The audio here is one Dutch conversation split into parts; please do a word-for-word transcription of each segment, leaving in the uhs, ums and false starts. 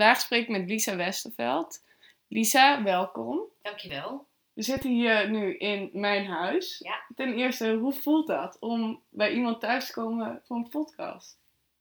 Vandaag spreek ik met Lisa Westerveld. Lisa, welkom. Dankjewel. We zitten hier nu in mijn huis. Ja. Ten eerste, hoe voelt dat om bij iemand thuis te komen voor een podcast?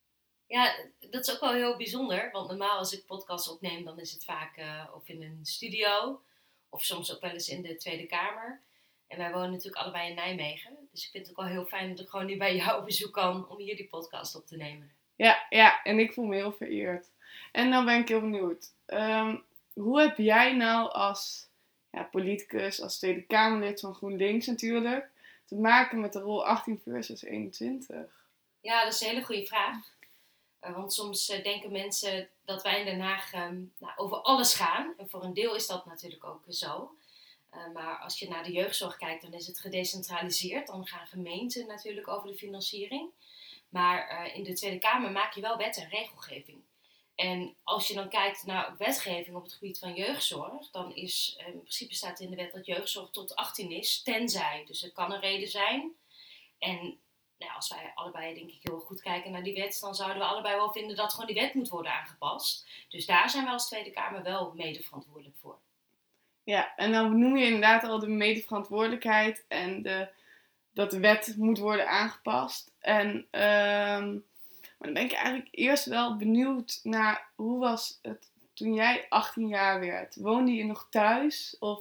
Ja, dat is ook wel heel bijzonder. Want normaal als ik podcasts opneem, dan is het vaak uh, of in een studio. Of soms ook wel eens in de Tweede Kamer. En wij wonen natuurlijk allebei in Nijmegen. Dus ik vind het ook wel heel fijn dat ik gewoon nu bij jou op bezoek kan om hier die podcast op te nemen. Ja, ja, en ik voel me heel vereerd. En dan ben ik heel benieuwd. Um, hoe heb jij nou als ja, politicus, als Tweede Kamerlid van GroenLinks natuurlijk, te maken met de rol achttien versus eenentwintig? Ja, dat is een hele goede vraag. Uh, want soms uh, denken mensen dat wij in Den Haag um, nou, over alles gaan. En voor een deel is dat natuurlijk ook zo. Uh, maar als je naar de jeugdzorg kijkt, dan is het gedecentraliseerd. Dan gaan gemeenten natuurlijk over de financiering. Maar uh, in de Tweede Kamer maak je wel wet en regelgeving. En als je dan kijkt naar wetgeving op het gebied van jeugdzorg, dan is uh, in principe staat in de wet dat jeugdzorg tot achttien is, tenzij. Dus er kan een reden zijn. En nou, als wij allebei denk ik heel goed kijken naar die wet, dan zouden we allebei wel vinden dat gewoon die wet moet worden aangepast. Dus daar zijn wij als Tweede Kamer wel mede verantwoordelijk voor. Ja, en dan noem je inderdaad al de medeverantwoordelijkheid en de, dat de wet moet worden aangepast. En um, maar dan ben ik eigenlijk eerst wel benieuwd naar hoe was het toen jij achttien jaar werd? Woonde je nog thuis of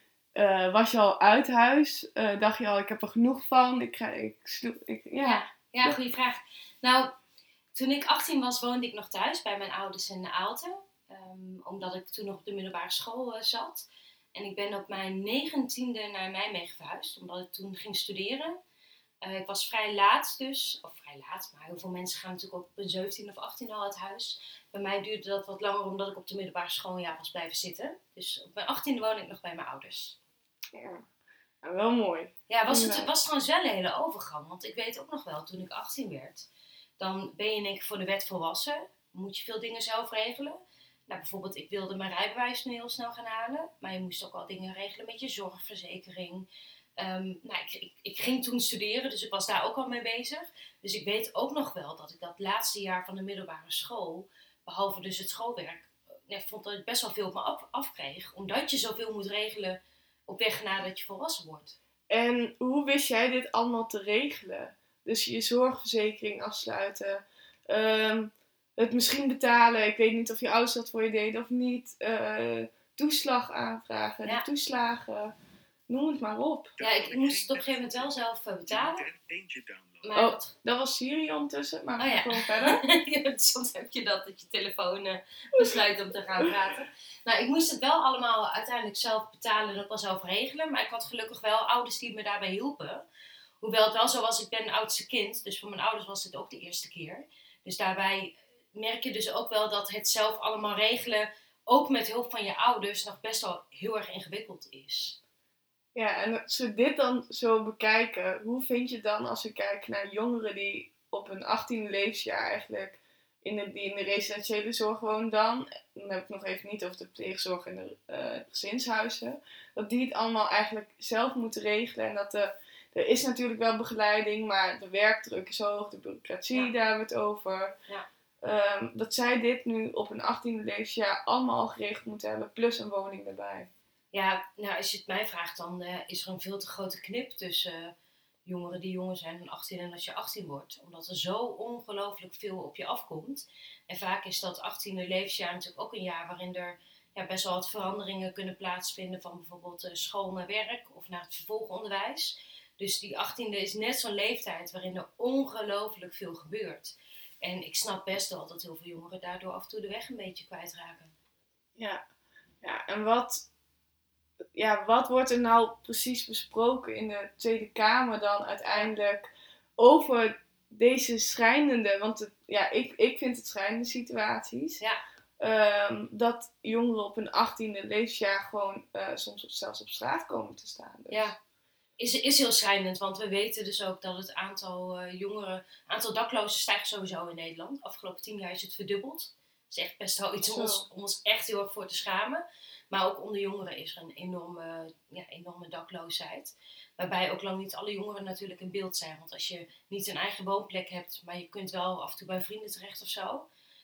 uh, was je al uit huis? Uh, dacht je al, ik heb er genoeg van? Ik ga, ik, ik, ja. Ja, ja, goede vraag. Nou, toen ik achttien was, woonde ik nog thuis bij mijn ouders in Aalten. Um, omdat ik toen nog op de middelbare school uh, zat. En ik ben op mijn negentiende naar Nijmegen verhuisd, omdat ik toen ging studeren. Uh, ik was vrij laat dus, of vrij laat, maar heel veel mensen gaan natuurlijk ook op hun zeventiende of achttiende al uit huis. Bij mij duurde dat wat langer, omdat ik op de middelbare schooljaar was blijven zitten. Dus op mijn achttiende woon ik nog bij mijn ouders. Ja, nou, wel mooi. Ja, was het was trouwens wel een hele overgang, want ik weet ook nog wel, toen ik achttien werd, dan ben je in één keer voor de wet volwassen, moet je veel dingen zelf regelen. Nou, bijvoorbeeld, ik wilde mijn rijbewijs nu heel snel gaan halen. Maar je moest ook al dingen regelen met je zorgverzekering. Um, nou, ik, ik, ik ging toen studeren, dus ik was daar ook al mee bezig. Dus ik weet ook nog wel dat ik dat laatste jaar van de middelbare school, behalve dus het schoolwerk, ja, vond dat ik best wel veel op me af, afkreeg. Omdat je zoveel moet regelen op weg nadat je volwassen wordt. En hoe wist jij dit allemaal te regelen? Dus je zorgverzekering afsluiten, um, het misschien betalen, ik weet niet of je ouders dat voor je deden of niet, uh, toeslag aanvragen, ja. De toeslagen, noem het maar op. Ja, ik, ik moest het op een gegeven moment wel zelf uh, betalen. Maar oh, dat... dat was Siri ondertussen, maar we gaan oh, ja. gewoon verder. Ja, soms heb je dat, dat je telefoon uh, besluit om te gaan praten. Nou, ik moest het wel allemaal uiteindelijk zelf betalen en ook wel zelf regelen, maar ik had gelukkig wel ouders die me daarbij hielpen. Hoewel het wel zo was, ik ben het oudste kind, dus voor mijn ouders was dit ook de eerste keer. Dus daarbij merk je dus ook wel dat het zelf allemaal regelen, ook met hulp van je ouders, nog best wel heel erg ingewikkeld is. Ja, en als we dit dan zo bekijken, hoe vind je dan als we kijken naar jongeren die op hun achttiende levensjaar eigenlijk in de, die in de residentiële zorg wonen dan, dan heb ik nog even niet over de pleegzorg en de uh, gezinshuizen, dat die het allemaal eigenlijk zelf moeten regelen en dat de, er is natuurlijk wel begeleiding, maar de werkdruk is hoog, de bureaucratie, ja. Daar hebben we het over. Ja. Um, dat zij dit nu op hun achttiende levensjaar allemaal al geregeld moeten hebben, plus een woning erbij. Ja, nou als je het mij vraagt, dan uh, is er een veel te grote knip tussen uh, jongeren die jonger zijn dan achttien en als je achttien wordt. Omdat er zo ongelooflijk veel op je afkomt. En vaak is dat achttiende levensjaar natuurlijk ook een jaar waarin er ja, best wel wat veranderingen kunnen plaatsvinden van bijvoorbeeld uh, school naar werk of naar het vervolgonderwijs. Dus die achttiende is net zo'n leeftijd waarin er ongelooflijk veel gebeurt. En ik snap best wel dat heel veel jongeren daardoor af en toe de weg een beetje kwijtraken. Ja, ja en wat... Ja, wat wordt er nou precies besproken in de Tweede Kamer dan uiteindelijk over deze schrijnende, want het, ja, ik, ik vind het schrijnende situaties, ja. um, dat jongeren op hun achttiende levensjaar gewoon uh, soms op, zelfs op straat komen te staan. Dus. Ja, is, is heel schrijnend, want we weten dus ook dat het aantal uh, jongeren, aantal daklozen stijgt sowieso in Nederland. Afgelopen tien jaar is het verdubbeld. Dat is echt best wel iets om ons, om ons echt heel erg voor te schamen. Maar ook onder jongeren is er een enorme, ja, enorme dakloosheid. Waarbij ook lang niet alle jongeren natuurlijk in beeld zijn. Want als je niet een eigen woonplek hebt, maar je kunt wel af en toe bij vrienden terecht of zo.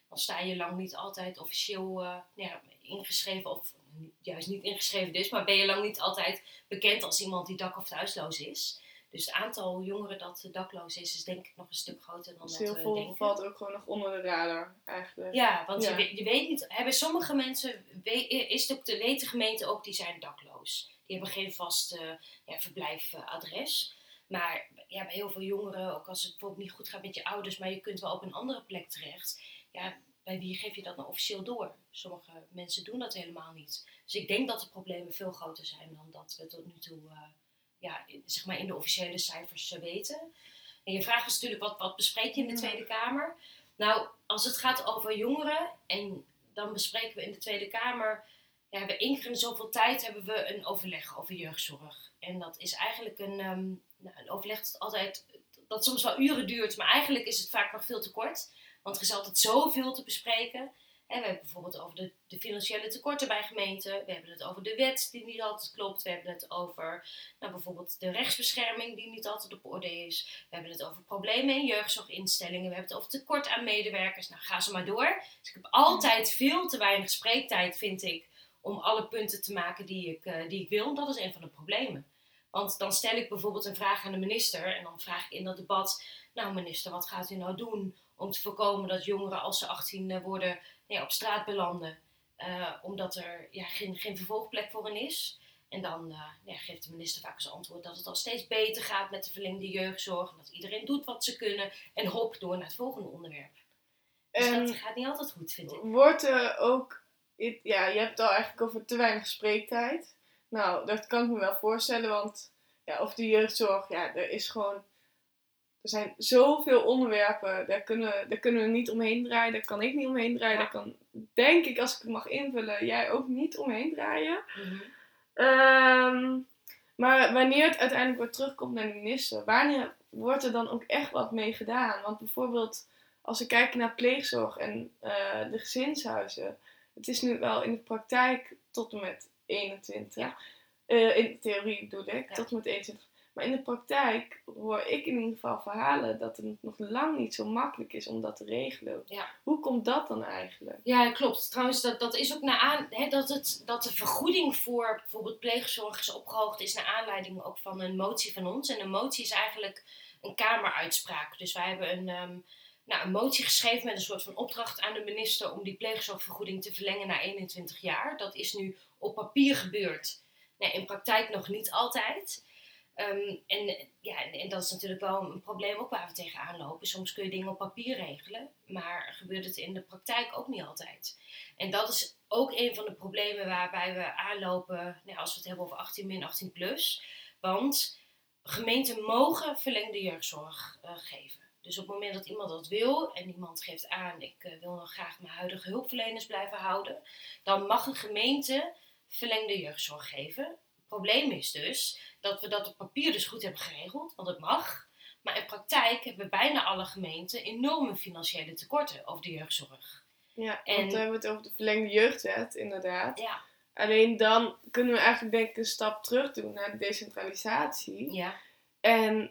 dan sta je lang niet altijd officieel uh, ja, ingeschreven, of juist niet ingeschreven dus, maar ben je lang niet altijd bekend als iemand die dak- of thuisloos is. Dus het aantal jongeren dat dakloos is, is denk ik nog een stuk groter dan dus dat heel we veel denken. valt ook gewoon nog onder de radar eigenlijk. Ja, want Ja. Je, weet, je weet niet, hebben sommige mensen, is het ook de, weet de gemeente ook, die zijn dakloos. Die hebben geen vast uh, ja, verblijfadres. Maar ja, bij heel veel jongeren, ook als het bijvoorbeeld niet goed gaat met je ouders, maar je kunt wel op een andere plek terecht. Ja, bij wie geef je dat nou officieel door? Sommige mensen doen dat helemaal niet. Dus ik denk dat de problemen veel groter zijn dan dat we tot nu toe uh, ja, zeg maar in de officiële cijfers uh, weten. En je vraag is natuurlijk, wat, wat bespreek je in de Tweede Kamer? Nou, als het gaat over jongeren, en dan bespreken we in de Tweede Kamer, ja, we één keer in zoveel tijd hebben we een overleg over jeugdzorg. En dat is eigenlijk een, um, nou, een overleg dat altijd, dat soms wel uren duurt, maar eigenlijk is het vaak nog veel te kort. Want er is altijd zoveel te bespreken. En we hebben het bijvoorbeeld over de, de financiële tekorten bij gemeenten. We hebben het over de wet die niet altijd klopt. We hebben het over nou, bijvoorbeeld de rechtsbescherming die niet altijd op orde is. We hebben het over problemen in jeugdzorginstellingen. We hebben het over tekort aan medewerkers. Nou, ga zo maar door. Dus ik heb altijd veel te weinig spreektijd, vind ik, om alle punten te maken die ik, uh, die ik wil. Dat is een van de problemen. Want dan stel ik bijvoorbeeld een vraag aan de minister. En dan vraag ik in dat debat, nou minister, wat gaat u nou doen om te voorkomen dat jongeren als ze achttien worden ja, op straat belanden. Uh, omdat er ja, geen, geen vervolgplek voor hen is. En dan uh, ja, geeft de minister vaak als antwoord dat het al steeds beter gaat met de verlengde jeugdzorg. En dat iedereen doet wat ze kunnen. En hop, door naar het volgende onderwerp. Dus en dat gaat niet altijd goed, vind ik. Wordt er ook, ja, je hebt het al eigenlijk over te weinig spreektijd. Nou, dat kan ik me wel voorstellen, want ja, over de jeugdzorg, ja, er is gewoon, er zijn zoveel onderwerpen, daar kunnen, daar kunnen we niet omheen draaien, daar kan ik niet omheen draaien, ja. Daar kan, denk ik, als ik het mag invullen, jij ook niet omheen draaien. Mm-hmm. Um, maar wanneer het uiteindelijk weer terugkomt naar de minister, wanneer wordt er dan ook echt wat mee gedaan? Want bijvoorbeeld, als we kijken naar pleegzorg en uh, de gezinshuizen, het is nu wel in de praktijk tot en met eenentwintig. Ja. Uh, in de theorie bedoel ik, ja. Tot en met eenentwintig. Maar in de praktijk hoor ik in ieder geval verhalen dat het nog lang niet zo makkelijk is om dat te regelen. Ja. Hoe komt dat dan eigenlijk? Ja, klopt. Trouwens, dat, dat is ook naar aan, hè, dat, het, dat de vergoeding voor bijvoorbeeld pleegzorg is opgehoogd is naar aanleiding ook van een motie van ons. En een motie is eigenlijk een kameruitspraak. Dus wij hebben een, um, nou, een motie geschreven met een soort van opdracht aan de minister om die pleegzorgvergoeding te verlengen naar eenentwintig jaar. Dat is nu op papier gebeurd. Nee, in praktijk nog niet altijd. Um, en, ja, en, en dat is natuurlijk wel een probleem ook waar we tegenaan lopen. Soms kun je dingen op papier regelen, maar gebeurt het in de praktijk ook niet altijd. En dat is ook een van de problemen waarbij we aanlopen, nou, als we het hebben over achttien min, achttien plus. Want gemeenten mogen verlengde jeugdzorg uh, geven. Dus op het moment dat iemand dat wil en iemand geeft aan, ik uh, wil nog graag mijn huidige hulpverleners blijven houden, dan mag een gemeente verlengde jeugdzorg geven. Het probleem is dus dat we dat op papier dus goed hebben geregeld, want het mag. Maar in praktijk hebben bijna alle gemeenten enorme financiële tekorten over de jeugdzorg. Ja, en want dan hebben we het over de verlengde jeugdwet, inderdaad. Ja. Alleen dan kunnen we eigenlijk denk ik een stap terug doen naar de decentralisatie. Ja. En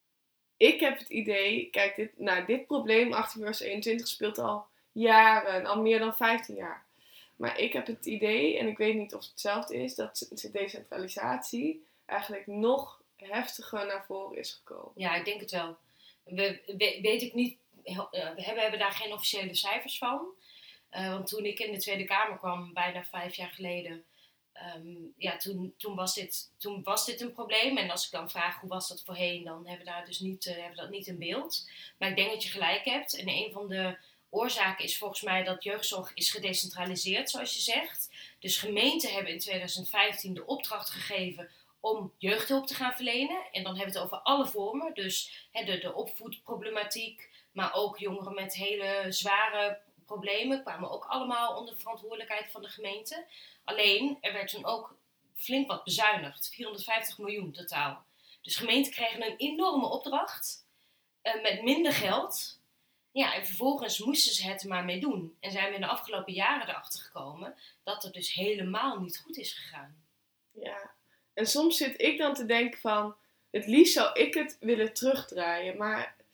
ik heb het idee, kijk, dit, nou, dit probleem, achttien versus eenentwintig, speelt al jaren, al meer dan vijftien jaar. Maar ik heb het idee, en ik weet niet of het hetzelfde is, dat de decentralisatie eigenlijk nog heftiger naar voren is gekomen. Ja, ik denk het wel. We, we, weet ik niet, we hebben, hebben daar geen officiële cijfers van. Uh, want toen ik in de Tweede Kamer kwam, bijna vijf jaar geleden, um, ja, toen, toen, was dit, toen was dit een probleem. En als ik dan vraag hoe was dat voorheen, dan hebben we daar dus niet, uh, hebben we dat niet in beeld. Maar ik denk dat je gelijk hebt. En een van de oorzaken is volgens mij dat jeugdzorg is gedecentraliseerd, zoals je zegt. Dus gemeenten hebben in tweeduizend vijftien de opdracht gegeven om jeugdhulp te gaan verlenen. En dan hebben we het over alle vormen. Dus he, de, de opvoedproblematiek, maar ook jongeren met hele zware problemen kwamen ook allemaal onder verantwoordelijkheid van de gemeente. Alleen, er werd toen ook flink wat bezuinigd. vierhonderdvijftig miljoen totaal. Dus gemeenten kregen een enorme opdracht uh, met minder geld. Ja, en vervolgens moesten ze het er maar mee doen. En zijn we in de afgelopen jaren erachter gekomen dat het dus helemaal niet goed is gegaan. Ja, en soms zit ik dan te denken van, het liefst zou ik het willen terugdraaien. Maar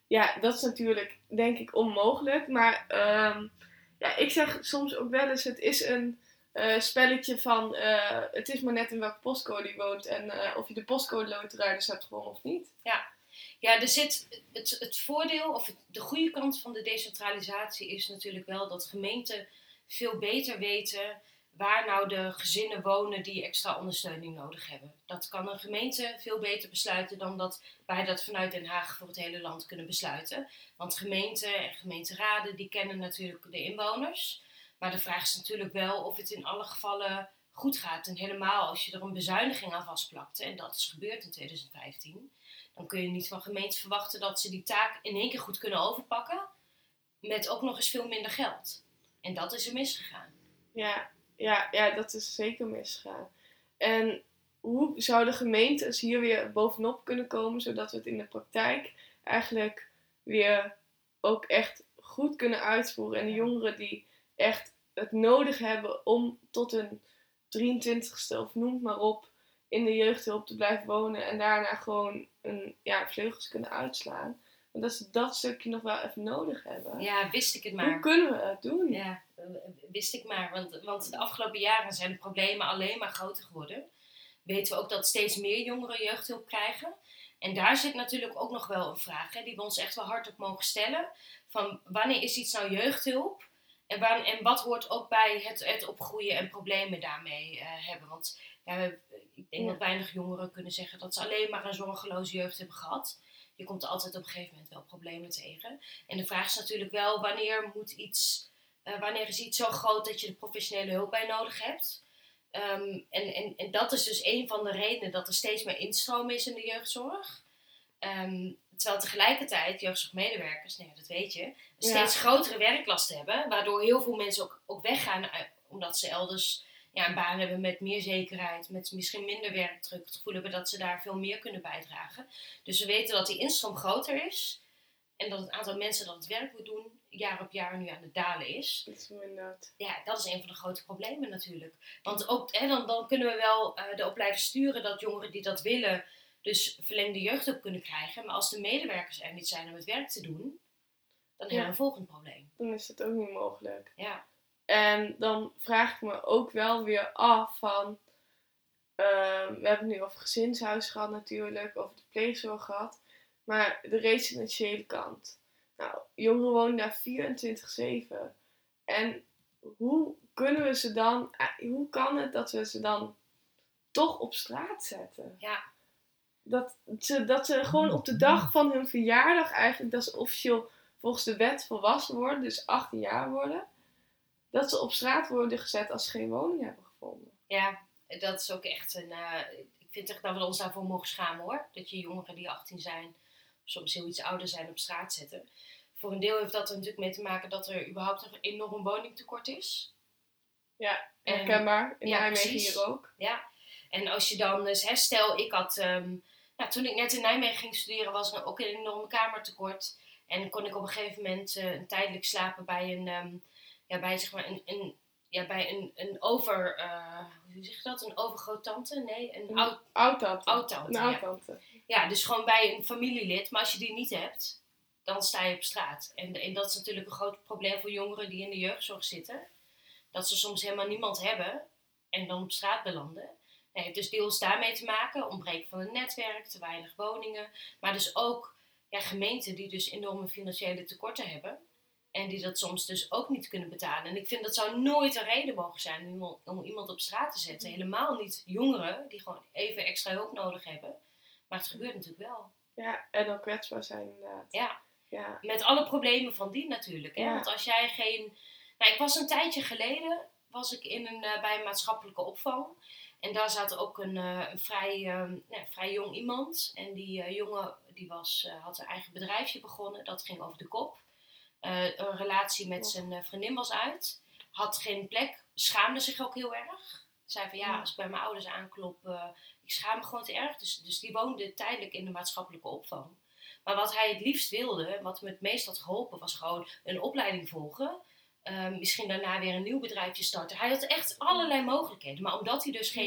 ja, dat is natuurlijk denk ik onmogelijk. Maar um, ja, ik zeg soms ook wel eens, het is een uh, spelletje van, uh, het is maar net in welke postcode je woont en uh, of je de postcode loterij dus hebt gewonnen of niet. Ja. Ja, er zit het, het voordeel, of het, de goede kant van de decentralisatie is natuurlijk wel dat gemeenten veel beter weten waar nou de gezinnen wonen die extra ondersteuning nodig hebben. Dat kan een gemeente veel beter besluiten dan dat wij dat vanuit Den Haag voor het hele land kunnen besluiten. Want gemeenten en gemeenteraden die kennen natuurlijk de inwoners. Maar de vraag is natuurlijk wel of het in alle gevallen goed gaat. En helemaal als je er een bezuiniging aan vastplakte, en dat is gebeurd in twintig vijftien... dan kun je niet van gemeentes verwachten dat ze die taak in één keer goed kunnen overpakken. Met ook nog eens veel minder geld. En dat is er misgegaan. Ja, ja, ja, dat is zeker misgegaan. En hoe zouden gemeentes hier weer bovenop kunnen komen, zodat we het in de praktijk eigenlijk weer ook echt goed kunnen uitvoeren. En de jongeren die echt het nodig hebben om tot hun drieëntwintigste of noem het maar op, in de jeugdhulp te blijven wonen en daarna gewoon een, ja, vleugels kunnen uitslaan. Want dat ze dat stukje nog wel even nodig hebben. Ja, wist ik het maar. Hoe kunnen we het doen? Ja, wist ik maar. Want, want de afgelopen jaren zijn de problemen alleen maar groter geworden. Weten we ook dat steeds meer jongeren jeugdhulp krijgen. En daar zit natuurlijk ook nog wel een vraag, hè, die we ons echt wel hardop mogen stellen. Van wanneer is iets nou jeugdhulp? En, waar, en wat hoort ook bij het, het opgroeien en problemen daarmee uh, hebben? Want ja, we, ik denk ja. dat weinig jongeren kunnen zeggen dat ze alleen maar een zorgeloze jeugd hebben gehad. Je komt altijd op een gegeven moment wel problemen tegen. En de vraag is natuurlijk wel, wanneer moet iets, uh, wanneer is iets zo groot dat je er professionele hulp bij nodig hebt? Um, en, en, en dat is dus een van de redenen dat er steeds meer instroom is in de jeugdzorg. Um, terwijl tegelijkertijd jeugdzorgmedewerkers, nou ja, dat weet je, een steeds ja. grotere werklast hebben. Waardoor heel veel mensen ook, ook weggaan, uh, omdat ze elders ja, een baan hebben met meer zekerheid, met misschien minder werkdruk. Het gevoel hebben dat ze daar veel meer kunnen bijdragen. Dus we weten dat die instroom groter is. En dat het aantal mensen dat het werk moet doen, jaar op jaar nu aan het dalen is. Dat is inderdaad. Ja, dat is een van de grote problemen natuurlijk. Want ook, hè, dan, dan kunnen we wel uh, erop blijven sturen dat jongeren die dat willen, dus verlengde jeugdhulp kunnen krijgen. Maar als de medewerkers er niet zijn om het werk te doen, dan ja. hebben we een volgend probleem. Dan is dat ook niet mogelijk. Ja. En dan vraag ik me ook wel weer af van, uh, we hebben het nu over gezinshuis gehad natuurlijk, over de pleegzorg gehad. Maar de residentiële kant. Nou, jongeren wonen daar vierentwintig zeven. En hoe kunnen we ze dan, hoe kan het dat we ze dan toch op straat zetten? Ja. Dat ze, dat ze gewoon op de dag van hun verjaardag eigenlijk, dat ze officieel volgens de wet volwassen worden, dus achttien jaar worden, dat ze op straat worden gezet als ze geen woning hebben gevonden. Ja, dat is ook echt een, uh, ik vind echt dat we ons daarvoor mogen schamen hoor. Dat je jongeren die achttien zijn, soms heel iets ouder zijn, op straat zetten. Voor een deel heeft dat er natuurlijk mee te maken dat er überhaupt een enorm woningtekort is. Ja, herkenbaar. In ja, Nijmegen hier ook. Ja, en als je dan, dus, stel ik had, um, nou, toen ik net in Nijmegen ging studeren was er ook een enorm kamertekort. En kon ik op een gegeven moment uh, een tijdelijk slapen bij een, um, ja, bij zeg maar een, een ja, bij een, een over, uh, hoe zeg je dat? Een overgroottante? Nee, een, een oud, oud-tante. Oud-tante, een oud-tante. Ja. ja, dus gewoon bij een familielid. Maar als je die niet hebt, dan sta je op straat. En, en dat is natuurlijk een groot probleem voor jongeren die in de jeugdzorg zitten. Dat ze soms helemaal niemand hebben en dan op straat belanden. Het heeft dus deels daarmee te maken, ontbreken van een netwerk, te weinig woningen. Maar dus ook ja, gemeenten die dus enorme financiële tekorten hebben. En die dat soms dus ook niet kunnen betalen. En ik vind dat zou nooit een reden mogen zijn om, om iemand op straat te zetten. Helemaal niet jongeren die gewoon even extra hulp nodig hebben. Maar het gebeurt natuurlijk wel. Ja, en dan kwetsbaar zijn inderdaad. Ja, ja. Met alle problemen van die natuurlijk. Hè? Ja. Want als jij geen... Nou, ik was een tijdje geleden was ik in een, uh, bij een maatschappelijke opvang. En daar zat ook een, uh, een vrij, uh, ja, vrij jong iemand. En die uh, jongen die was, uh, had een eigen bedrijfje begonnen. Dat ging over de kop. Uh, een relatie met zijn uh, vriendin was uit. Had geen plek. Schaamde zich ook heel erg. Zei van ja, als ik bij mijn ouders aanklop, uh, ik schaam me gewoon te erg. Dus, dus die woonde tijdelijk in de maatschappelijke opvang. Maar wat hij het liefst wilde, wat me het meest had geholpen, was gewoon een opleiding volgen. Uh, misschien daarna weer een nieuw bedrijfje starten. Hij had echt allerlei mogelijkheden. Maar omdat hij dus geen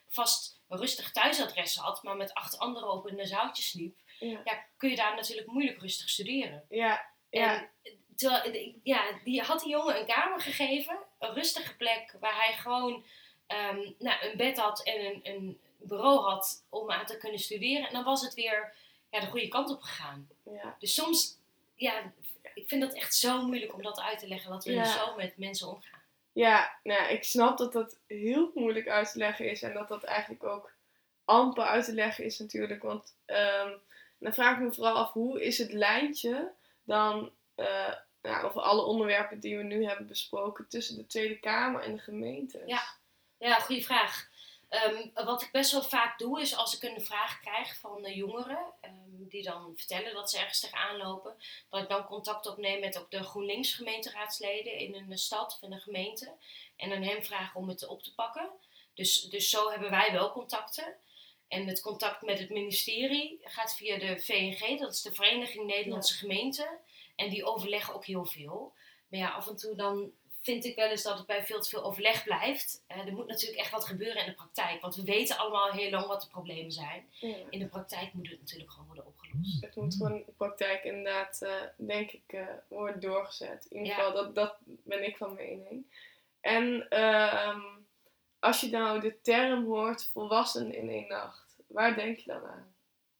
vast een rustig thuisadres had, maar met acht anderen op een zaaltje sliep, Ja. ja, kun je daar natuurlijk moeilijk rustig studeren. Ja. Ja. En terwijl, ja, die had die jongen een kamer gegeven, een rustige plek waar hij gewoon um, nou, een bed had en een, een bureau had om aan te kunnen studeren. En dan was het weer ja, de goede kant op gegaan. Ja. Dus soms, ja, ik vind dat echt zo moeilijk om dat uit te leggen, dat we Ja. zo met mensen omgaan. Ja, nou, ik snap dat dat heel moeilijk uit te leggen is en dat dat eigenlijk ook amper uit te leggen is natuurlijk. Want um, dan vraag ik me vooral af, hoe is het lijntje dan uh, nou, over alle onderwerpen die we nu hebben besproken tussen de Tweede Kamer en de gemeentes? Ja, ja, goede vraag. Um, wat ik best wel vaak doe is als ik een vraag krijg van de jongeren um, die dan vertellen dat ze ergens tegenaan lopen, dat ik dan contact opneem met ook de GroenLinks gemeenteraadsleden in een stad of in een gemeente en aan hen vragen om het op te pakken. Dus, dus zo hebben wij wel contacten. En het contact met het ministerie gaat via de V N G, dat is de Vereniging Nederlandse ja. Gemeenten. En die overleggen ook heel veel. Maar ja, af en toe dan vind ik wel eens dat het bij veel te veel overleg blijft. Uh, er moet natuurlijk echt wat gebeuren in de praktijk. Want we weten allemaal heel lang wat de problemen zijn. Ja. In de praktijk moet het natuurlijk gewoon worden opgelost. Het moet gewoon in de praktijk inderdaad, uh, denk ik, uh, worden doorgezet. In ieder geval, ja. dat, dat ben ik van mening. En uh, als je nou de term hoort, volwassenen in één nacht, waar denk je dan aan?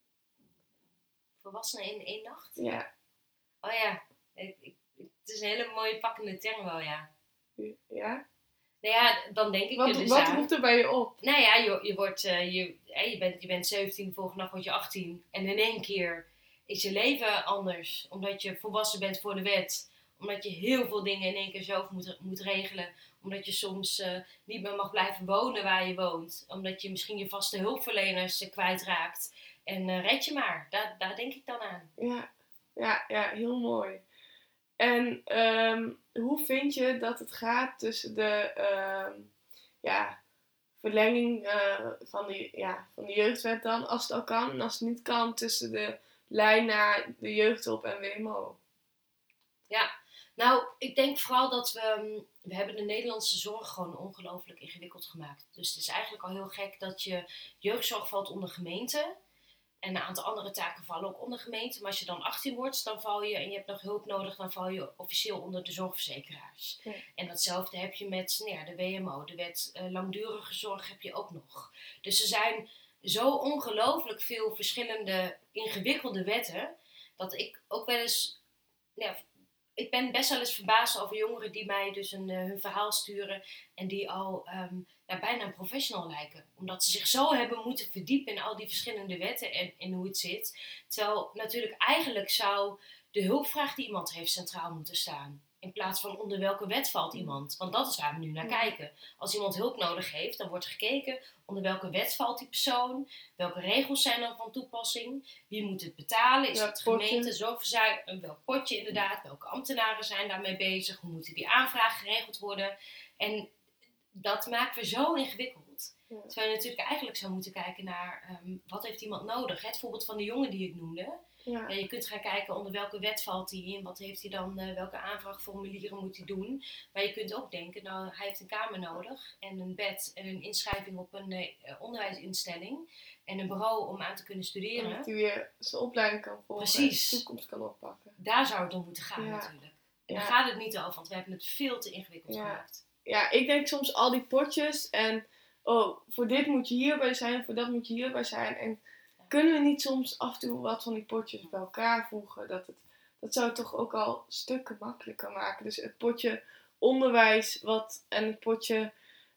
Volwassenen in één nacht? Ja. Oh ja, ik, ik, het is een hele mooie pakkende term wel, ja. Ja? Nou ja, dan denk ik wat, er dus wat aan. Wat roept er bij je op? Nou ja, je, je, wordt, uh, je, je, bent, je bent zeventien, de volgende dag word je achttien. En in één keer is je leven anders. Omdat je volwassen bent voor de wet. Omdat je heel veel dingen in één keer zelf moet, moet regelen. Omdat je soms uh, niet meer mag blijven wonen waar je woont. Omdat je misschien je vaste hulpverleners uh, kwijtraakt. En uh, red je maar. Daar, daar denk ik dan aan. Ja, ja, ja, heel mooi. En um, hoe vind je dat het gaat tussen de um, ja, verlenging uh, van, die, ja, van de jeugdwet dan, als het al kan. En als het niet kan, tussen de lijn naar de jeugdhulp en W M O? Ja, nou, ik denk vooral dat we... We hebben de Nederlandse zorg gewoon ongelooflijk ingewikkeld gemaakt. Dus het is eigenlijk al heel gek dat je jeugdzorg valt onder gemeente. En een aantal andere taken vallen ook onder gemeente. Maar als je dan achttien wordt, dan val je, en je hebt nog hulp nodig, dan val je officieel onder de zorgverzekeraars. Ja. En datzelfde heb je met nou ja, de W M O, de wet uh, langdurige zorg heb je ook nog. Dus er zijn zo ongelooflijk veel verschillende ingewikkelde wetten, dat ik ook wel eens... Ja, ik ben best wel eens verbaasd over jongeren die mij dus een, uh, hun verhaal sturen en die al um, ja, bijna een professional lijken. Omdat ze zich zo hebben moeten verdiepen in al die verschillende wetten en, en hoe het zit. Terwijl natuurlijk eigenlijk zou de hulpvraag die iemand heeft centraal moeten staan. In plaats van onder welke wet valt iemand. Want dat is waar we nu naar kijken. Als iemand hulp nodig heeft, dan wordt gekeken onder welke wet valt die persoon. Welke regels zijn dan van toepassing. Wie moet het betalen? Is ja, het de gemeente, zorgverzekering? Welk potje inderdaad? Welke ambtenaren zijn daarmee bezig? Hoe moeten die aanvragen geregeld worden? En dat maken we zo ingewikkeld. Ja. Terwijl je natuurlijk eigenlijk zou moeten kijken naar um, wat heeft iemand nodig. Het voorbeeld van de jongen die ik noemde. Ja. Ja, je kunt gaan kijken onder welke wet valt hij in. Wat heeft hij dan, uh, welke aanvraagformulieren moet hij doen. Maar je kunt ook denken, nou hij heeft een kamer nodig. En een bed en een inschrijving op een uh, onderwijsinstelling. En een bureau om aan te kunnen studeren. Dat hij weer zijn opleiding kan volgen. Precies. En de toekomst kan oppakken. Daar zou het om moeten gaan ja. natuurlijk. En ja. daar gaat het niet over, want we hebben het veel te ingewikkeld ja. gemaakt. Ja, ik denk soms al die potjes en oh, voor dit moet je hierbij zijn, voor dat moet je hierbij zijn. En kunnen we niet soms af en toe wat van die potjes bij elkaar voegen? Dat, het, dat zou het toch ook al stukken makkelijker maken. Dus het potje onderwijs wat, en het potje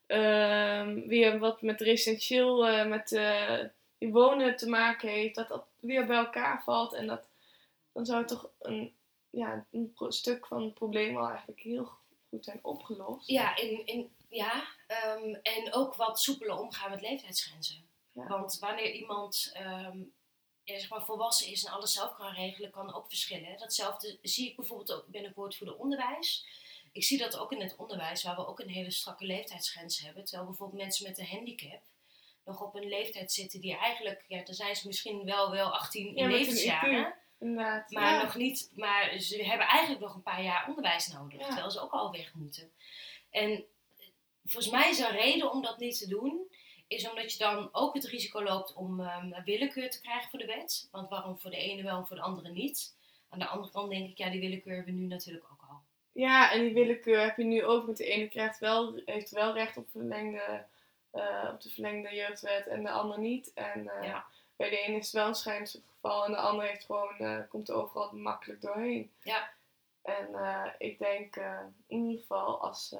uh, weer wat met residentieel, uh, met uh, die wonen te maken heeft. Dat dat weer bij elkaar valt. En dat, dan zou het toch een, ja, een pro- stuk van het probleem al eigenlijk heel goed zijn opgelost. Ja, in, in, ja um, en ook wat soepeler omgaan met leeftijdsgrenzen. Ja. Want wanneer iemand um, ja, zeg maar volwassen is en alles zelf kan regelen, kan ook verschillen. Datzelfde zie ik bijvoorbeeld ook binnenkort voor de onderwijs. Ik zie dat ook in het onderwijs, waar we ook een hele strakke leeftijdsgrens hebben. Terwijl bijvoorbeeld mensen met een handicap nog op een leeftijd zitten die eigenlijk, ja, dan zijn ze misschien wel, wel achttien in ja, levensjaren. Maar ja. nog niet, maar ze hebben eigenlijk nog een paar jaar onderwijs nodig. Ja. Terwijl ze ook al weg moeten. En volgens mij is er een reden om dat niet te doen. is omdat je dan ook het risico loopt om um, willekeur te krijgen voor de wet. Want waarom voor de ene wel en voor de andere niet? Aan de andere kant denk ik, ja, die willekeur hebben we nu natuurlijk ook al. Ja, en die willekeur heb je nu ook, want de ene krijgt wel, heeft wel recht op, verlengde, uh, op de verlengde jeugdwet en de ander niet. En uh, ja. bij de ene is het wel een schijngeval en de ander heeft gewoon, uh, komt er overal makkelijk doorheen. Ja. En uh, ik denk uh, in ieder geval als, uh,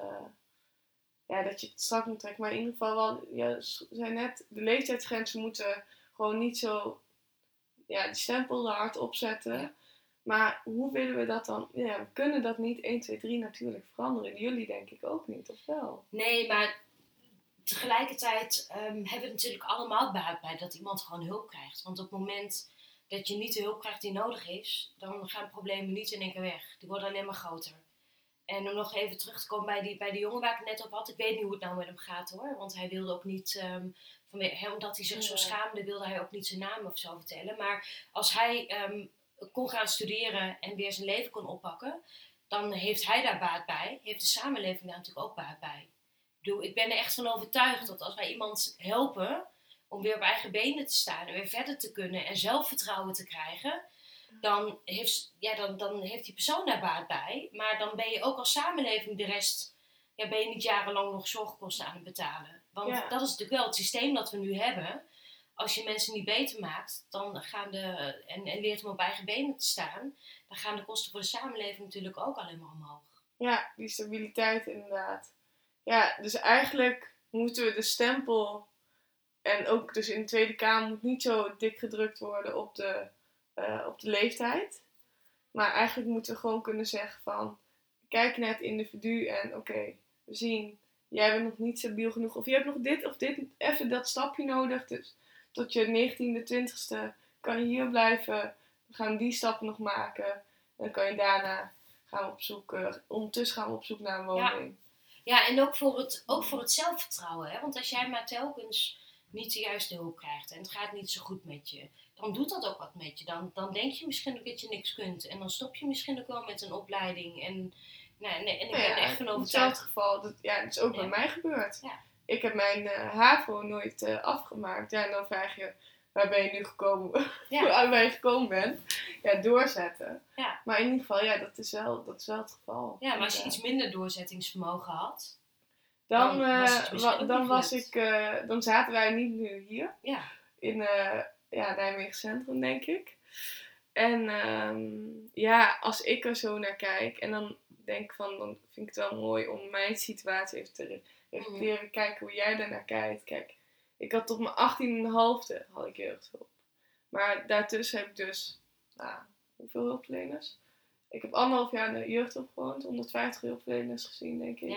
ja, dat je het strak moet trekken, maar in ieder geval wel, ja, zijn net, de leeftijdsgrenzen moeten gewoon niet zo, ja, die stempel er hard op zetten. Ja. Maar hoe willen we dat dan? Ja, we kunnen dat niet één, twee, drie natuurlijk veranderen. Jullie denk ik ook niet, of wel? Nee, maar tegelijkertijd um, hebben we natuurlijk allemaal baat bij dat iemand gewoon hulp krijgt. Want op het moment dat je niet de hulp krijgt die nodig is, dan gaan problemen niet in één keer weg. Die worden alleen maar groter. En om nog even terug te komen bij die, bij die jongen waar ik het net op had. Ik weet niet hoe het nou met hem gaat hoor. Want hij wilde ook niet, um, vanwege, omdat hij zich zo schaamde, wilde hij ook niet zijn naam of zo vertellen. Maar als hij um, kon gaan studeren en weer zijn leven kon oppakken, dan heeft hij daar baat bij. Heeft de samenleving daar natuurlijk ook baat bij. Ik bedoel, ik ben er echt van overtuigd dat als wij iemand helpen om weer op eigen benen te staan en weer verder te kunnen en zelfvertrouwen te krijgen, dan heeft, ja, dan, dan heeft die persoon daar baat bij. Maar dan ben je ook als samenleving de rest, ja, ben je niet jarenlang nog zorgkosten aan het betalen. Want ja. dat is natuurlijk wel het systeem dat we nu hebben. Als je mensen niet beter maakt dan gaan de, en, en leert om op eigen benen te staan, dan gaan de kosten voor de samenleving natuurlijk ook alleen maar omhoog. Ja, die stabiliteit inderdaad. Ja, dus eigenlijk moeten we de stempel, en ook dus in de Tweede Kamer moet niet zo dik gedrukt worden op de, uh, op de leeftijd. Maar eigenlijk moeten we gewoon kunnen zeggen van, kijk naar het individu en oké, okay, we zien, jij bent nog niet stabiel genoeg. Of je hebt nog dit of dit, even dat stapje nodig. Dus tot je negentiende, twintigste kan je hier blijven. We gaan die stappen nog maken. En dan kan je daarna gaan we op zoek, uh, ondertussen gaan we op zoek naar een woning. Ja, ja en ook voor, het, ook voor het zelfvertrouwen. Hè? Want als jij maar telkens niet de juiste hulp krijgt en het gaat niet zo goed met je, dan doet dat ook wat met je. Dan, dan denk je misschien ook dat je niks kunt. En dan stop je misschien ook wel met een opleiding. En, nou, en, en ik ben ja, er echt van overtuigd. In hetzelfde geval, dat, ja, dat is ook ja. bij mij gebeurd. Ja. Ik heb mijn uh, HAVO nooit uh, afgemaakt. Ja, en dan vraag je, waar ben je nu gekomen? Ja. Hoe oud ben je gekomen bent? Ja, doorzetten. Ja. Maar in ieder geval, ja, dat is wel, dat is wel het geval. Ja, maar als je ja. iets minder doorzettingsvermogen had, dan, dan was, uh, wa- dan, was ik, uh, dan zaten wij niet nu hier. Ja. In uh, ja, Nijmegen Centrum, denk ik. En um, ja, als ik er zo naar kijk, en dan denk ik van, dan vind ik het wel mooi om mijn situatie even te reflecteren. Mm-hmm. Kijken hoe jij daarnaar kijkt. Kijk, ik had tot mijn achttien en een halfde had ik jeugdhulp. Maar daartussen heb ik dus, nou, hoeveel hulpverleners? Ik heb anderhalf jaar in de jeugdhulp gewoond, honderdvijftig hulpverleners gezien, denk ik.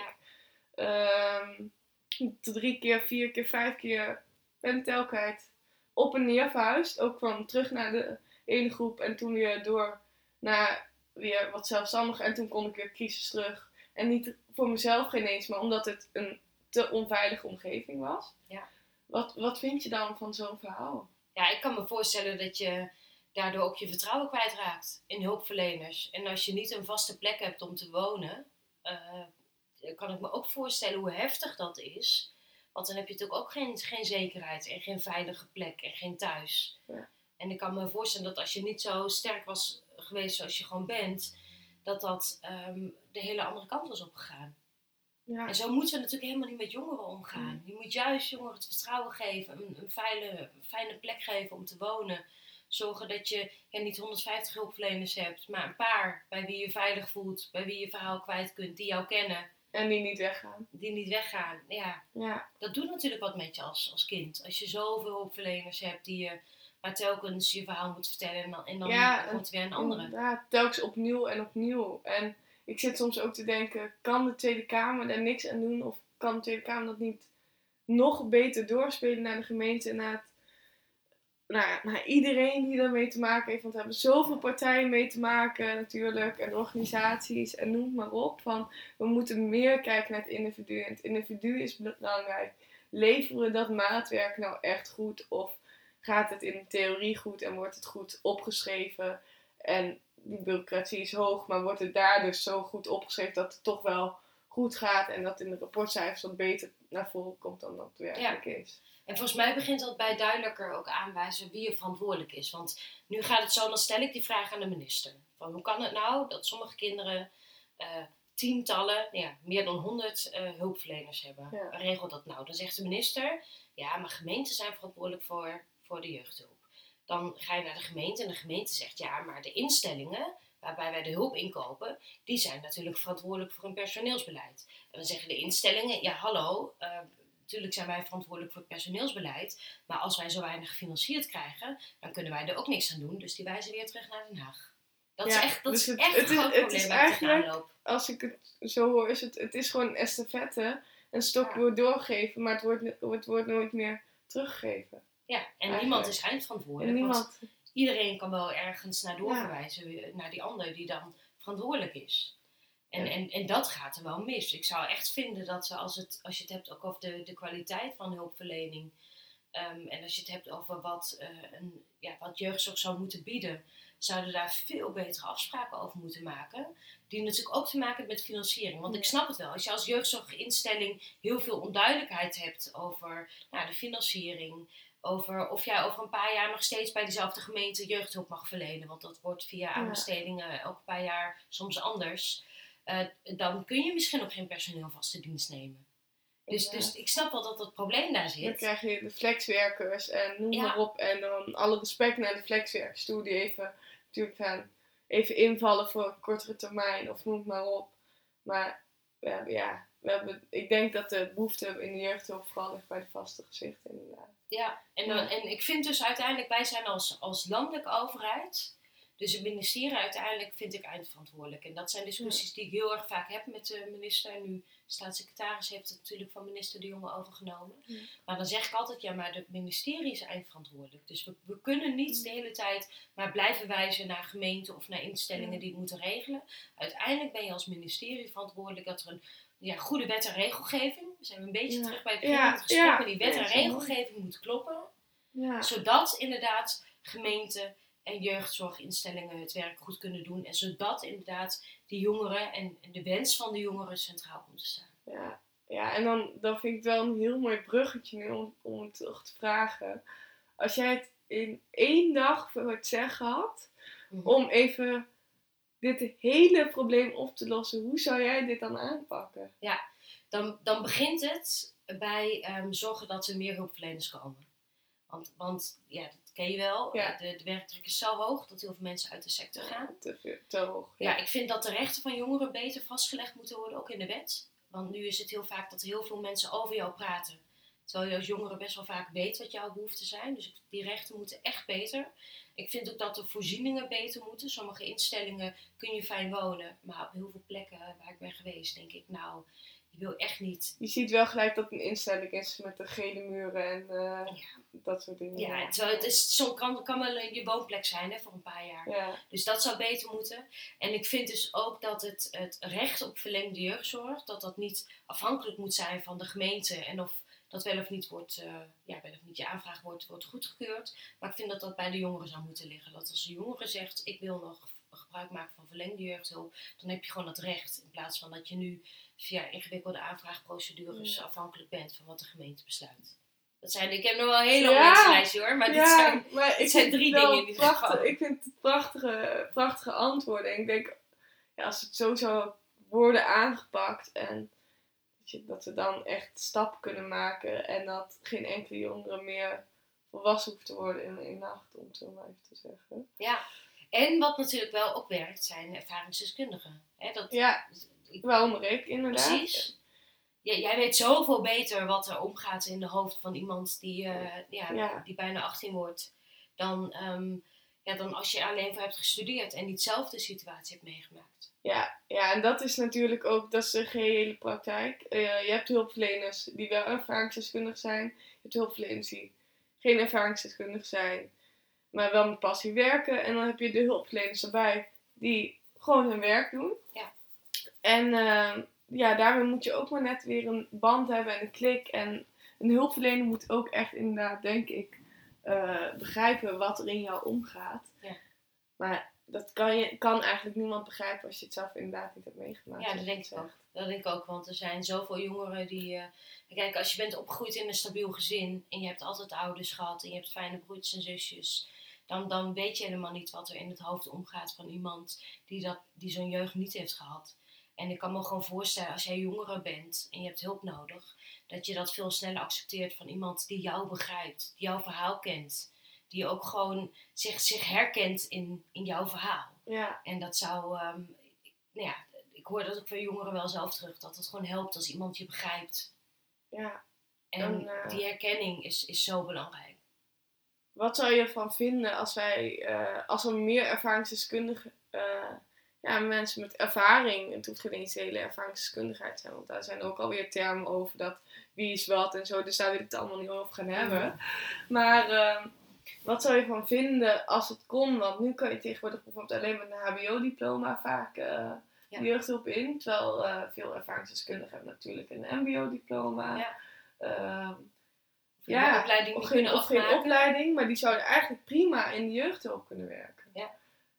Ja. Um, drie keer, vier keer, vijf keer ben telkens op en neer verhuisd. Ook van terug naar de ene groep en toen weer door naar weer wat zelfstandig. En toen kon ik weer crisis terug. En niet voor mezelf geen eens, maar omdat het een te onveilige omgeving was. Ja. Wat, wat vind je dan van zo'n verhaal? Ja, ik kan me voorstellen dat je daardoor ook je vertrouwen kwijtraakt in hulpverleners. En als je niet een vaste plek hebt om te wonen, uh, kan ik me ook voorstellen hoe heftig dat is. Want dan heb je natuurlijk ook geen, geen zekerheid en geen veilige plek en geen thuis. Ja. En ik kan me voorstellen dat als je niet zo sterk was geweest zoals je gewoon bent, dat dat um, de hele andere kant was opgegaan. Ja. En zo moeten we natuurlijk helemaal niet met jongeren omgaan. Mm. Je moet juist jongeren het vertrouwen geven, een, een fijne, fijne plek geven om te wonen. Zorgen dat je ja, niet honderdvijftig hulpverleners hebt, maar een paar bij wie je veilig voelt, bij wie je verhaal kwijt kunt, die jou kennen. En die niet weggaan. Die niet weggaan, ja. ja. Dat doet natuurlijk wat met je als, als kind. Als je zoveel hulpverleners hebt die je maar telkens je verhaal moet vertellen en dan, en dan ja, komt er weer een andere. Ja, telkens opnieuw en opnieuw. En ik zit soms ook te denken, kan de Tweede Kamer daar niks aan doen? Of kan de Tweede Kamer dat niet nog beter doorspelen naar de gemeente en naar, het, naar, naar iedereen die daarmee te maken heeft? Want we hebben zoveel partijen mee te maken natuurlijk en organisaties en noem maar op. Van, we moeten meer kijken naar het individu en het individu is belangrijk. Leveren we dat maatwerk nou echt goed of gaat het in de theorie goed en wordt het goed opgeschreven en die bureaucratie is hoog, maar wordt het daar dus zo goed opgeschreven dat het toch wel goed gaat en dat in de rapportcijfers wat beter naar voren komt dan dat het werkelijk Ja. is. En volgens mij begint dat bij duidelijker ook aanwijzen wie er verantwoordelijk is. Want nu gaat het zo, dan stel ik die vraag aan de minister. Van hoe kan het nou dat sommige kinderen uh, tientallen, ja, meer dan honderd uh, hulpverleners hebben? Ja. Regel dat nou? Dan zegt de minister, ja, maar gemeenten zijn verantwoordelijk voor, voor de jeugdhulp. Dan ga je naar de gemeente en de gemeente zegt, ja, maar de instellingen waarbij wij de hulp inkopen, die zijn natuurlijk verantwoordelijk voor hun personeelsbeleid. En dan zeggen de instellingen, ja hallo, uh, natuurlijk zijn wij verantwoordelijk voor het personeelsbeleid, maar als wij zo weinig gefinancierd krijgen, dan kunnen wij er ook niks aan doen. Dus die wijzen weer terug naar Den Haag. Dat Ja, is echt, dat dus is het, echt het een is, groot het probleem is waar ik tegenaan eigenlijk, loop. als ik het zo hoor, is het, het is gewoon een estafette. Een stokje Ja. wordt doorgegeven, maar het wordt, het wordt nooit meer teruggegeven. Ja, en Eigenlijk. niemand is eindverantwoordelijk. En niemand... Want iedereen kan wel ergens naar doorverwijzen, ja. naar die ander die dan verantwoordelijk is. En, Ja. en, en dat gaat er wel mis. Ik zou echt vinden dat we, als, het, als je het hebt ook over de, de kwaliteit van hulpverlening, um, en als je het hebt over wat, uh, een, ja, wat jeugdzorg zou moeten bieden, zouden daar veel betere afspraken over moeten maken. Die natuurlijk ook te maken hebben met financiering. Want Ja. ik snap het wel. Als je als jeugdzorginstelling heel veel onduidelijkheid hebt over nou, de financiering, over of jij over een paar jaar nog steeds bij diezelfde gemeente jeugdhulp mag verlenen. Want dat wordt via aanbestedingen elk paar jaar soms anders. Uh, dan kun je misschien ook geen personeel vaste dienst nemen. Dus, Ja. dus ik snap wel dat het probleem daar zit. Dan krijg je de flexwerkers en noem Ja. maar op. En dan alle respect naar de flexwerkers toe. Die even, natuurlijk gaan even invallen voor een kortere termijn. Of noem het maar op. Maar we hebben, ja, we hebben, ik denk dat de behoefte in de jeugdhulp vooral ligt bij de vaste gezichten inderdaad. Ja, en, dan, Ja. en ik vind dus uiteindelijk, wij zijn als, als landelijke overheid, dus het ministerie uiteindelijk vind ik eindverantwoordelijk. En dat zijn discussies die ik heel erg vaak heb met de minister. En nu staatssecretaris heeft het natuurlijk van minister De Jonge overgenomen. Ja. Maar dan zeg ik altijd, ja, maar het ministerie is eindverantwoordelijk. Dus we, we kunnen niet de hele tijd maar blijven wijzen naar gemeenten of naar instellingen Ja. die het moeten regelen. Uiteindelijk ben je als ministerie verantwoordelijk dat er een ja, goede wet en regelgeving, we zijn een beetje Ja. terug bij het begin Ja. van het gesprek, Ja. maar die wet en Ja, regelgeving moet kloppen. Ja. Zodat inderdaad gemeenten en jeugdzorginstellingen het werk goed kunnen doen. En zodat inderdaad de jongeren en de wens van de jongeren centraal komt te staan. Ja, ja en dan, dan vind ik het wel een heel mooi bruggetje nu om, om het toch te vragen. Als jij het in één dag voor het zeggen had, Mm-hmm. om even dit hele probleem op te lossen, hoe zou jij dit dan aanpakken? Ja, dan, dan begint het bij um, zorgen dat er meer hulpverleners komen. Want, want ja, dat ken je wel, Ja. de, de werkdruk is zo hoog dat heel veel mensen uit de sector gaan. Te, veel, te hoog. Ja, ik vind dat de rechten van jongeren beter vastgelegd moeten worden, ook in de wet. Want nu is het heel vaak dat heel veel mensen over jou praten. Terwijl je als jongere best wel vaak weet wat jouw behoeften zijn. Dus die rechten moeten echt beter. Ik vind ook dat de voorzieningen beter moeten. Sommige instellingen kun je fijn wonen. Maar op heel veel plekken waar ik ben geweest, denk ik, nou, je wil echt niet. Je ziet wel gelijk dat het een instelling is met de gele muren en uh, ja. dat soort dingen. Ja, terwijl het is, zo kan, kan wel je woonplek zijn hè, voor een paar jaar. Ja. Dus dat zou beter moeten. En ik vind dus ook dat het, het recht op verlengde jeugdzorg, dat dat niet afhankelijk moet zijn van de gemeente en of dat wel of niet wordt, uh, ja, wel of niet je aanvraag wordt, wordt goedgekeurd. Maar ik vind dat dat bij de jongeren zou moeten liggen. Dat als de jongere zegt, ik wil nog gebruik maken van verlengde jeugdhulp, dan heb je gewoon dat recht. In plaats van dat je nu via ingewikkelde aanvraagprocedures Ja. afhankelijk bent van wat de gemeente besluit. Dat zijn, ik heb nog wel een hele Ja. lange lijstje hoor, maar ja, dit zijn, maar dit ik zijn vind drie het wel dingen in ieder prachtig, geval. Ik vind het prachtige, prachtige antwoorden. En ik denk, ja, als het zo zou worden aangepakt en dat we dan echt stappen kunnen maken en dat geen enkele jongere meer volwassen hoeft te worden in één nacht, om het zo maar even te zeggen. Ja, en wat natuurlijk wel ook werkt, zijn ervaringsdeskundigen. Hè, dat, Ja, ik, waaronder ik, inderdaad. Precies. Ja, jij weet zoveel beter wat er omgaat in de hoofd van iemand die, uh, ja, Ja. die bijna achttien wordt, dan, um, ja, dan als je alleen voor hebt gestudeerd en niet zelf de situatie hebt meegemaakt. Ja, ja, en dat is natuurlijk ook, dat is de gehele praktijk. Uh, je hebt hulpverleners die wel ervaringsdeskundig zijn. Je hebt hulpverleners die geen ervaringsdeskundig zijn, maar wel met passie werken. En dan heb je de hulpverleners erbij die gewoon hun werk doen. Ja. En uh, ja, daarmee moet je ook maar net weer een band hebben en een klik. En een hulpverlener moet ook echt inderdaad, denk ik, uh, begrijpen wat er in jou omgaat. Ja. Maar dat kan, je, kan eigenlijk niemand begrijpen als je het zelf inderdaad niet hebt meegemaakt. Ja, dat denk ik ook. Dat denk ik ook, want er zijn zoveel jongeren die... Uh, kijk, als je bent opgegroeid in een stabiel gezin en je hebt altijd ouders gehad en je hebt fijne broertjes en zusjes, dan, dan weet je helemaal niet wat er in het hoofd omgaat van iemand die, dat, die zo'n jeugd niet heeft gehad. En ik kan me gewoon voorstellen, als jij jongere bent en je hebt hulp nodig, dat je dat veel sneller accepteert van iemand die jou begrijpt, die jouw verhaal kent, die ook gewoon zich, zich herkent in, in jouw verhaal. Ja. En dat zou, um, nou ja, ik hoor dat ook van jongeren wel zelf terug, dat het gewoon helpt als iemand je begrijpt. Ja. En Dan, uh, die herkenning is, is zo belangrijk. Wat zou je ervan vinden als wij, uh, als er meer ervaringsdeskundigen, uh, ja, mensen met ervaring, het hoeft geen eens de hele ervaringsdeskundigheid zijn, want daar zijn ook alweer termen over dat wie is wat en zo, dus daar wil ik het allemaal niet over gaan hebben. Mm-hmm. Maar uh, wat zou je ervan vinden als het kon, want nu kan je tegenwoordig bijvoorbeeld alleen met een H B O-diploma vaak uh, ja. jeugdhulp in, terwijl uh, veel ervaringsdeskundigen hebben natuurlijk een M B O-diploma. Ja. Uh, Of ja, geen opleiding of, geen, of geen opleiding, maar die zouden eigenlijk prima in de jeugdhulp kunnen werken. Ja.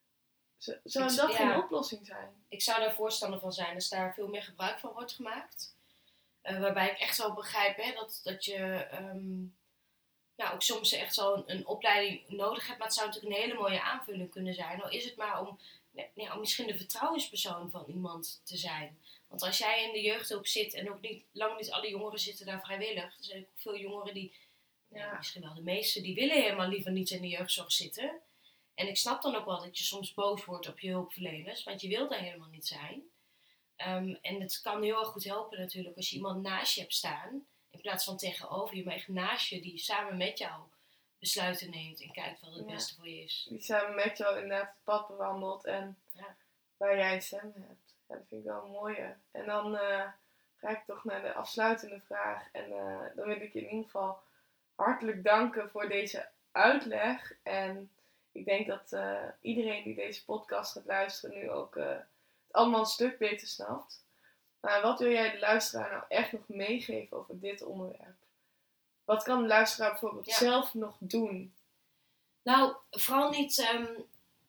Z- zou ik, dat ja. geen oplossing zijn? Ik zou daar voorstander van zijn als daar veel meer gebruik van wordt gemaakt. Uh, waarbij ik echt wel begrijp hè, dat, dat je um, ja, ook soms echt zo een, een opleiding nodig hebt. Maar het zou natuurlijk een hele mooie aanvulling kunnen zijn. Al is het maar om, nee, om misschien de vertrouwenspersoon van iemand te zijn. Want als jij in de jeugdhulp zit en ook niet, lang niet alle jongeren zitten daar vrijwillig. Er zijn ook veel jongeren die, ja. Ja, misschien wel de meeste, die willen helemaal liever niet in de jeugdzorg zitten. En ik snap dan ook wel dat je soms boos wordt op je hulpverleners, want je wil daar helemaal niet zijn. Um, en het kan heel erg goed helpen natuurlijk als je iemand naast je hebt staan, in plaats van tegenover je, maar echt naast je, die samen met jou besluiten neemt en kijkt wat het ja. beste voor je is. Die samen met jou inderdaad het pad bewandelt en ja. waar jij een stem hebt. Ja, dat vind ik wel een mooie. En dan uh, ga ik toch naar de afsluitende vraag. En uh, dan wil ik je in ieder geval hartelijk danken voor deze uitleg. En ik denk dat uh, iedereen die deze podcast gaat luisteren nu ook uh, het allemaal een stuk beter snapt. Maar wat wil jij de luisteraar nou echt nog meegeven over dit onderwerp? Wat kan de luisteraar bijvoorbeeld ja. zelf nog doen? Nou, vooral niet um,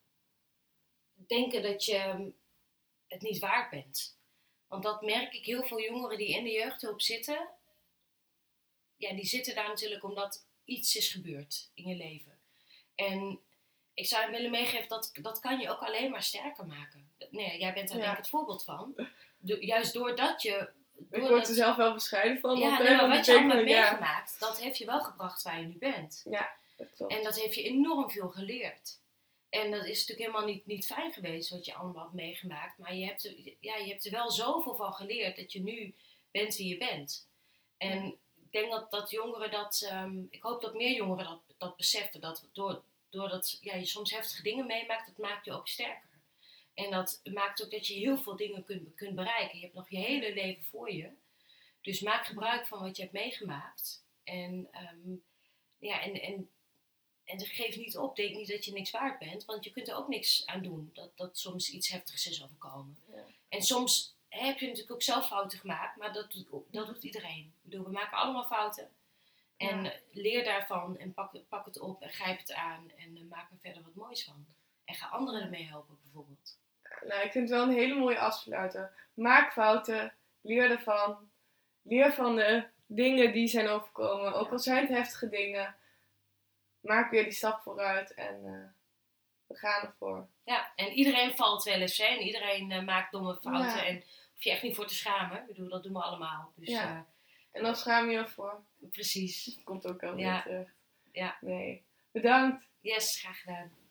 denken dat je het niet waard bent. Want dat merk ik heel veel jongeren die in de jeugdhulp zitten. Ja, die zitten daar natuurlijk omdat iets is gebeurd in je leven. En ik zou je willen meegeven, dat, dat kan je ook alleen maar sterker maken. Nee, jij bent daar ja. denk ik het voorbeeld van. Do, juist doordat je... Ik word er zelf wel bescheiden van. Ja, nee, maar wat je allemaal hebt meegemaakt, ja. dat heeft je wel gebracht waar je nu bent. Ja, dat klopt. En dat heeft je enorm veel geleerd. En dat is natuurlijk helemaal niet, niet fijn geweest wat je allemaal hebt meegemaakt. Maar je hebt, er, ja, je hebt er wel zoveel van geleerd dat je nu bent wie je bent. En ja. ik denk dat, dat jongeren dat... Um, ik hoop dat meer jongeren dat, dat beseffen. Dat door, doordat ja, je soms heftige dingen meemaakt, dat maakt je ook sterker. En dat maakt ook dat je heel veel dingen kunt, kunt bereiken. Je hebt nog je hele leven voor je. Dus maak gebruik van wat je hebt meegemaakt. En, um, ja, en, en, en geef niet op. Denk niet dat je niks waard bent. Want je kunt er ook niks aan doen. Dat, dat soms iets heftigs is overkomen. Ja. En soms heb je natuurlijk ook zelf fouten gemaakt. Maar dat doet, dat doet iedereen. Ik bedoel, we maken allemaal fouten. En ja. leer daarvan. En pak, pak het op. En grijp het aan. En uh, maak er verder wat moois van. En ga anderen ermee helpen bijvoorbeeld. Nou, ik vind het wel een hele mooie afsluiter. Maak fouten, leer ervan. Leer van de dingen die zijn overkomen. Ook al zijn het heftige dingen. Maak weer die stap vooruit en uh, we gaan ervoor. Ja, en iedereen valt wel eens. Hè? En iedereen uh, maakt domme fouten. Ja. En hoef je echt niet voor te schamen. Ik bedoel, dat doen we allemaal. Dus, ja. uh, en dan schaam je ervoor. Precies. Komt ook wel ja. weer terug. Ja. Nee. Bedankt. Yes, graag gedaan.